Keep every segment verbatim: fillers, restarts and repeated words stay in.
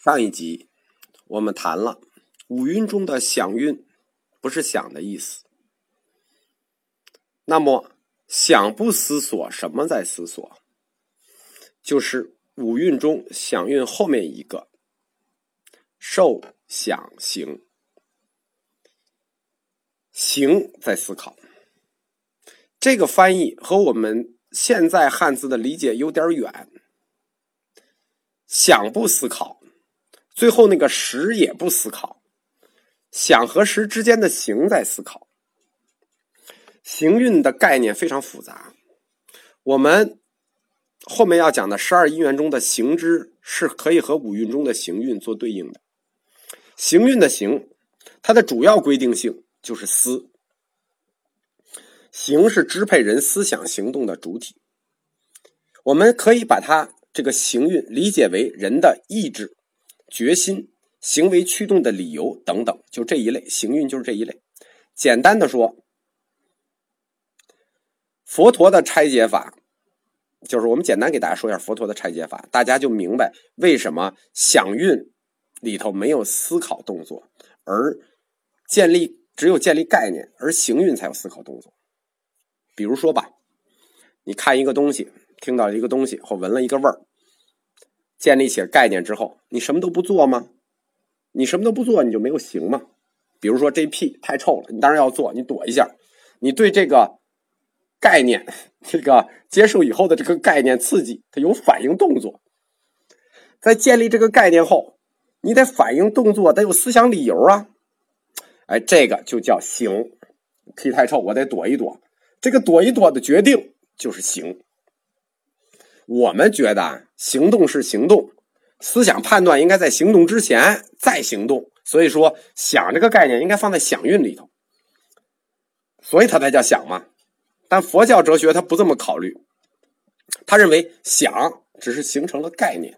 上一集我们谈了五蕴中的想蕴不是想的意思，那么想不思索，什么在思索？就是五蕴中想蕴后面一个受想行，行在思考。这个翻译和我们现在汉字的理解有点远，想不思考，最后那个识也不思考，想和识之间的行在思考。行蕴的概念非常复杂，我们后面要讲的十二因缘中的行知是可以和五蕴中的行蕴做对应的。行蕴的行，它的主要规定性就是思，行是支配人思想行动的主体。我们可以把它这个行蕴理解为人的意志、决心、行为驱动的理由等等，就这一类，行蕴就是这一类。简单的说，佛陀的拆解法，就是我们简单给大家说一下佛陀的拆解法，大家就明白为什么想蕴里头没有思考动作，而建立只有建立概念，而行蕴才有思考动作。比如说吧，你看一个东西，听到一个东西或闻了一个味儿，建立起概念之后，你什么都不做吗？你什么都不做，你就没有行吗？比如说这屁太臭了，你当然要做，你躲一下。你对这个概念，这个接受以后的这个概念刺激，它有反应动作。在建立这个概念后，你得反应动作，得有思想理由啊。哎，这个就叫行。屁太臭，我得躲一躲。这个躲一躲的决定就是行。我们觉得行动是行动，思想判断应该在行动之前再行动，所以说想这个概念应该放在想蕴里头，所以它才叫想嘛。但佛教哲学它不这么考虑，他认为想只是形成了概念，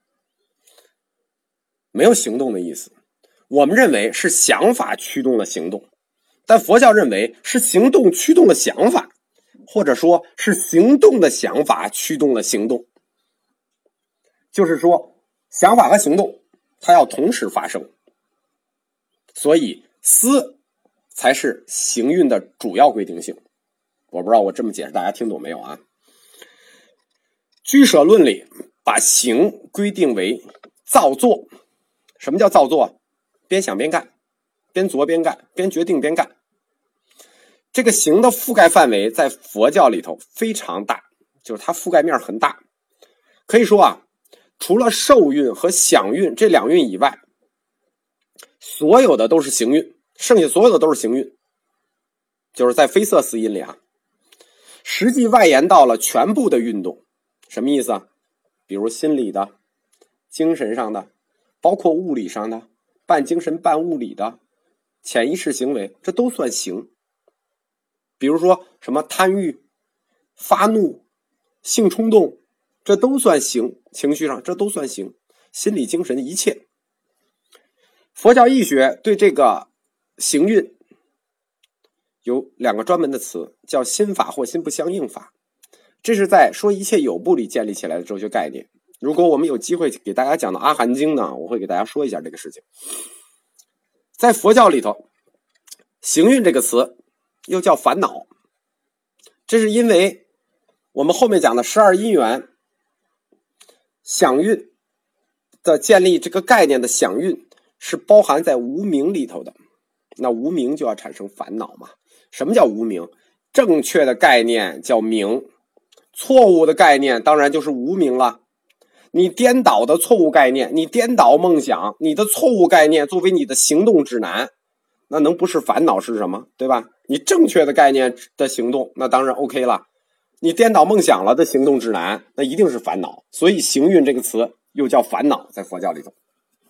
没有行动的意思。我们认为是想法驱动了行动，但佛教认为是行动驱动了想法，或者说是行动的想法驱动了行动。就是说想法和行动它要同时发生，所以思才是行蕴的主要规定性。我不知道我这么解释大家听懂没有啊？居舍论里把行规定为造作。什么叫造作？边想边干，边做边干，边决定边干。这个行的覆盖范围在佛教里头非常大，就是它覆盖面很大。可以说啊，除了受蕴和想蕴这两蕴以外，所有的都是行蕴，剩下所有的都是行蕴，就是在非色思音里啊，实际外延到了全部的运动。什么意思啊？比如心理的、精神上的，包括物理上的，半精神半物理的潜意识行为，这都算行。比如说什么贪欲、发怒、性冲动，这都算行，情绪上这都算行，心理精神一切。佛教义学对这个行蕴有两个专门的词，叫心法或心不相应法，这是在说一切有部里建立起来的哲学概念。如果我们有机会给大家讲到阿含经呢，我会给大家说一下这个事情。在佛教里头，行蕴这个词又叫烦恼，这是因为我们后面讲的十二因缘想蕴的建立这个概念的想蕴是包含在无明里头的，那无明就要产生烦恼嘛。什么叫无明？正确的概念叫明，错误的概念当然就是无明了。你颠倒的错误概念，你颠倒梦想，你的错误概念作为你的行动指南，那能不是烦恼是什么？对吧？你正确的概念的行动，那当然 OK 了。你颠倒梦想了的行动指南，那一定是烦恼。所以行蕴这个词又叫烦恼，在佛教里头。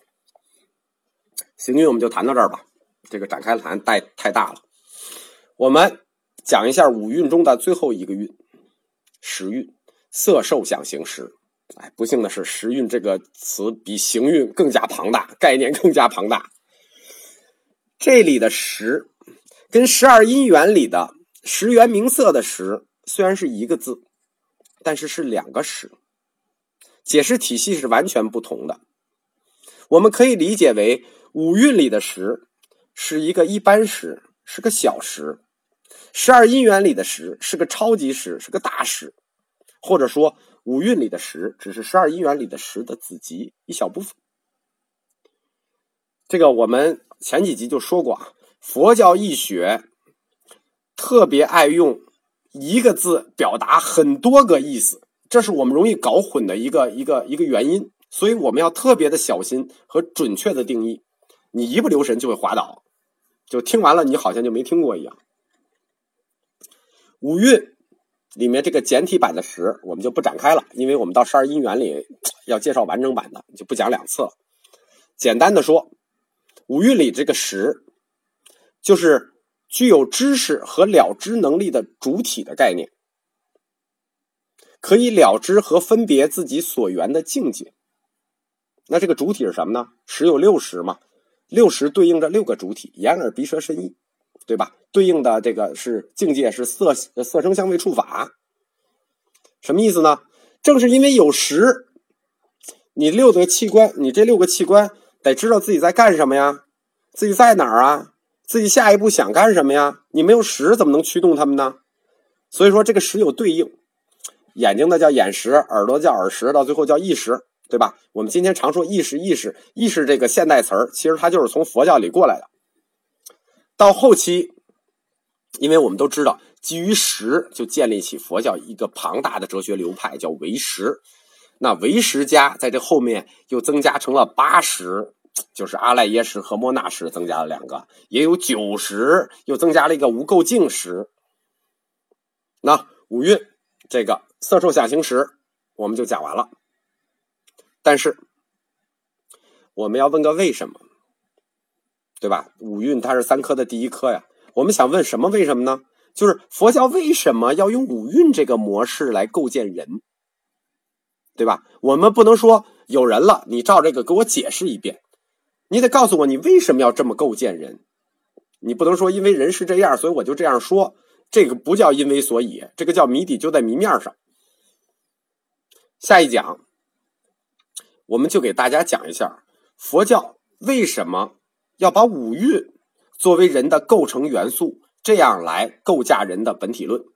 行蕴我们就谈到这儿吧，这个展开谈太太大了。我们讲一下五蕴中的最后一个蕴，识蕴，色受想行识。哎，不幸的是，识蕴这个词比行蕴更加庞大，概念更加庞大。这里的识跟十二因缘里的识缘名色的识虽然是一个字，但是是两个识，解释体系是完全不同的。 我们可以理解为五蕴里的识是一个一般识，是个小识；十二因缘里的识是个超级识，是个大识。或者说五蕴里的识只是十二因缘里的识的子集一小部分。这个我们前几集就说过啊，佛教义学特别爱用一个字表达很多个意思，这是我们容易搞混的一个一个一个原因，所以我们要特别的小心和准确的定义，你一不留神就会滑倒，就听完了你好像就没听过一样。五蕴里面这个简体版的识我们就不展开了，因为我们到十二因缘里要介绍完整版的，就不讲两次了。简单的说，五蕴里这个识就是具有知识和了知能力的主体的概念，可以了知和分别自己所缘的境界。那这个主体是什么呢？识有六识嘛，六识对应着六个主体，眼耳鼻舌身意，对吧？对应的这个是境界是色色声香味触法。什么意思呢？正是因为有识，你六个器官，你这六个器官得知道自己在干什么呀，自己在哪儿啊，自己下一步想干什么呀？你没有识怎么能驱动他们呢？所以说这个识有对应，眼睛的叫眼识，耳朵叫耳识，到最后叫意识，对吧？我们今天常说意识意识意识这个现代词儿，其实它就是从佛教里过来的。到后期，因为我们都知道基于识就建立起佛教一个庞大的哲学流派叫唯识，那唯识家在这后面又增加成了八识，就是阿赖耶识和摩那识增加了两个，也有九识，又增加了一个无垢净识。那五蕴这个色受想行识我们就讲完了，但是我们要问个为什么，对吧？五蕴它是三科的第一科呀，我们想问什么为什么呢？就是佛教为什么要用五蕴这个模式来构建人，对吧？我们不能说有人了你照这个给我解释一遍，你得告诉我你为什么要这么构建人。你不能说因为人是这样所以我就这样说，这个不叫因为所以，这个叫谜底就在谜面上。下一讲我们就给大家讲一下佛教为什么要把五蕴作为人的构成元素，这样来构架人的本体论。